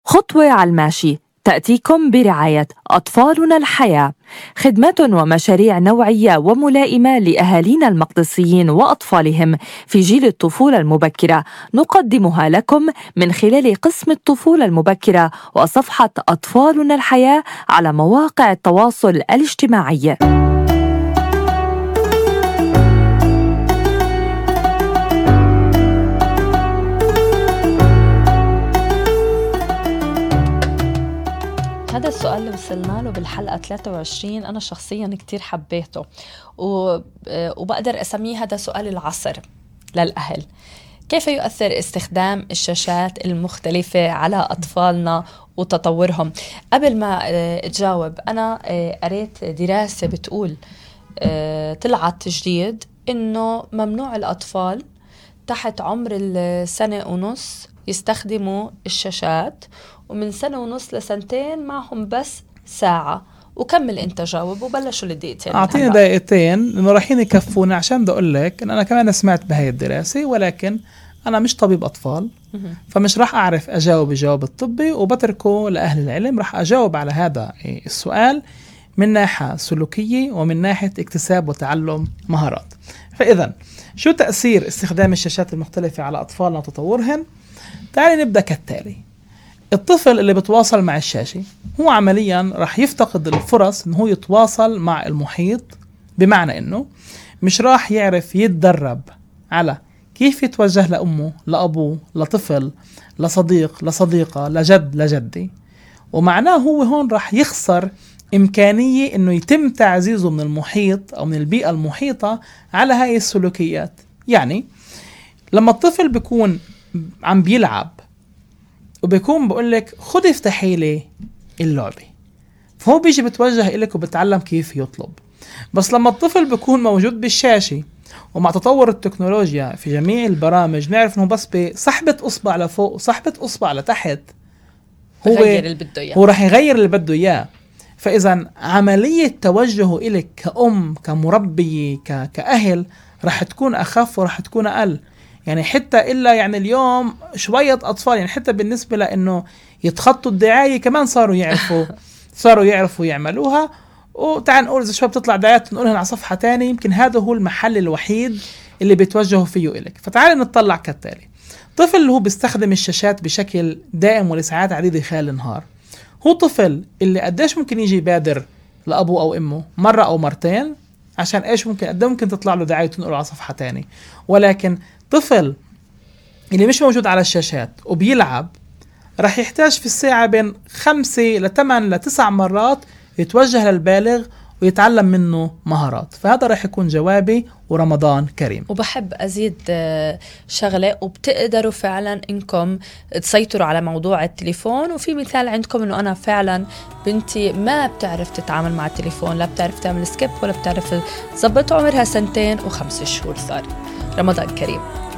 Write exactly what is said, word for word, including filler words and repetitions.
خطوة على الماشي تأتيكم برعاية أطفالنا الحياة، خدمات ومشاريع نوعية وملائمة لأهالينا المقدسيين وأطفالهم في جيل الطفولة المبكرة، نقدمها لكم من خلال قسم الطفولة المبكرة وصفحة أطفالنا الحياة على مواقع التواصل الاجتماعي. هذا السؤال اللي وصلنا له بالحلقة ثلاثة وعشرين أنا شخصياً كتير حبيته، وبقدر أسميه هذا سؤال العصر للأهل. كيف يؤثر استخدام الشاشات المختلفة على أطفالنا وتطورهم؟ قبل ما أجاوب، أنا قريت دراسة بتقول طلعت جديد إنه ممنوع الأطفال تحت عمر السنة ونص يستخدموا الشاشات، ومن سنة ونص لسنتين معهم بس ساعة. وكمل انت جاوب وبلشوا للدقيقتين. اعطيني دقيقتين انه رايحين يكفونا، عشان بدي اقول لك ان انا كمان سمعت بهاي الدراسة، ولكن انا مش طبيب اطفال فمش راح اعرف اجاوب الجواب الطبي، وبتركه لاهل العلم. راح اجاوب على هذا السؤال من ناحية سلوكية ومن ناحية اكتساب وتعلم مهارات. فاذا شو تأثير استخدام الشاشات المختلفة على اطفالنا وتطورهم؟ تعالي نبدأ كالتالي. الطفل اللي بتواصل مع الشاشة هو عمليا راح يفتقد الفرص انه هو يتواصل مع المحيط، بمعنى انه مش راح يعرف يتدرب على كيف يتوجه لأمه، لأبوه، لطفل، لصديق، لصديقة، لجد، لجدي. ومعناه هو هون راح يخسر إمكانية انه يتم تعزيزه من المحيط او من البيئة المحيطة على هاي السلوكيات. يعني لما الطفل بيكون عم بيلعب وبيكون بقول لك خد افتحي لي اللعبة، فهو بيجي بتوجه إليك وبتعلم كيف يطلب. بس لما الطفل بيكون موجود بالشاشة ومع تطور التكنولوجيا في جميع البرامج، نعرف انه بس بسحبة اصبع لفوق وسحبة اصبع لتحت هو اللي بده إياه، هو راح يغير اللي بده إياه. فإذا عملية توجهه إليك كأم كمربية ك... كأهل راح تكون أخف وراح تكون أقل. يعني حتى إلا يعني اليوم شوية أطفال، يعني حتى بالنسبة لأنه يتخطوا الدعاية كمان صاروا يعرفوا صاروا يعرفوا يعملوها. وتعال نقول إذا شوي بتطلع دعايات نقولها على صفحة تانية، يمكن هذا هو المحل الوحيد اللي بيتوجهوا فيه إليك. فتعال نطلع كالتالي. طفل اللي هو بيستخدم الشاشات بشكل دائم ولساعات عديدة خلال النهار، هو طفل اللي قديش ممكن يجي يبادر لأبوه أو أمه مرة أو مرتين، عشان إيش ممكن قد ممكن تطلع له دعاية تنقله على صفحة تانية. ولكن طفل اللي مش موجود على الشاشات وبيلعب رح يحتاج في الساعة بين خمسة لثمان لتسع مرات يتوجه للبالغ ويتعلم منه مهارات. فهذا رح يكون جوابي، ورمضان كريم. وبحب أزيد شغلة، وبتقدروا فعلا إنكم تسيطروا على موضوع التليفون. وفي مثال عندكم إنه أنا فعلا بنتي ما بتعرف تتعامل مع التليفون، لا بتعرف تعمل سكيب ولا بتعرف تزبط، عمرها سنتين وخمس شهور صار. رمضان كريم.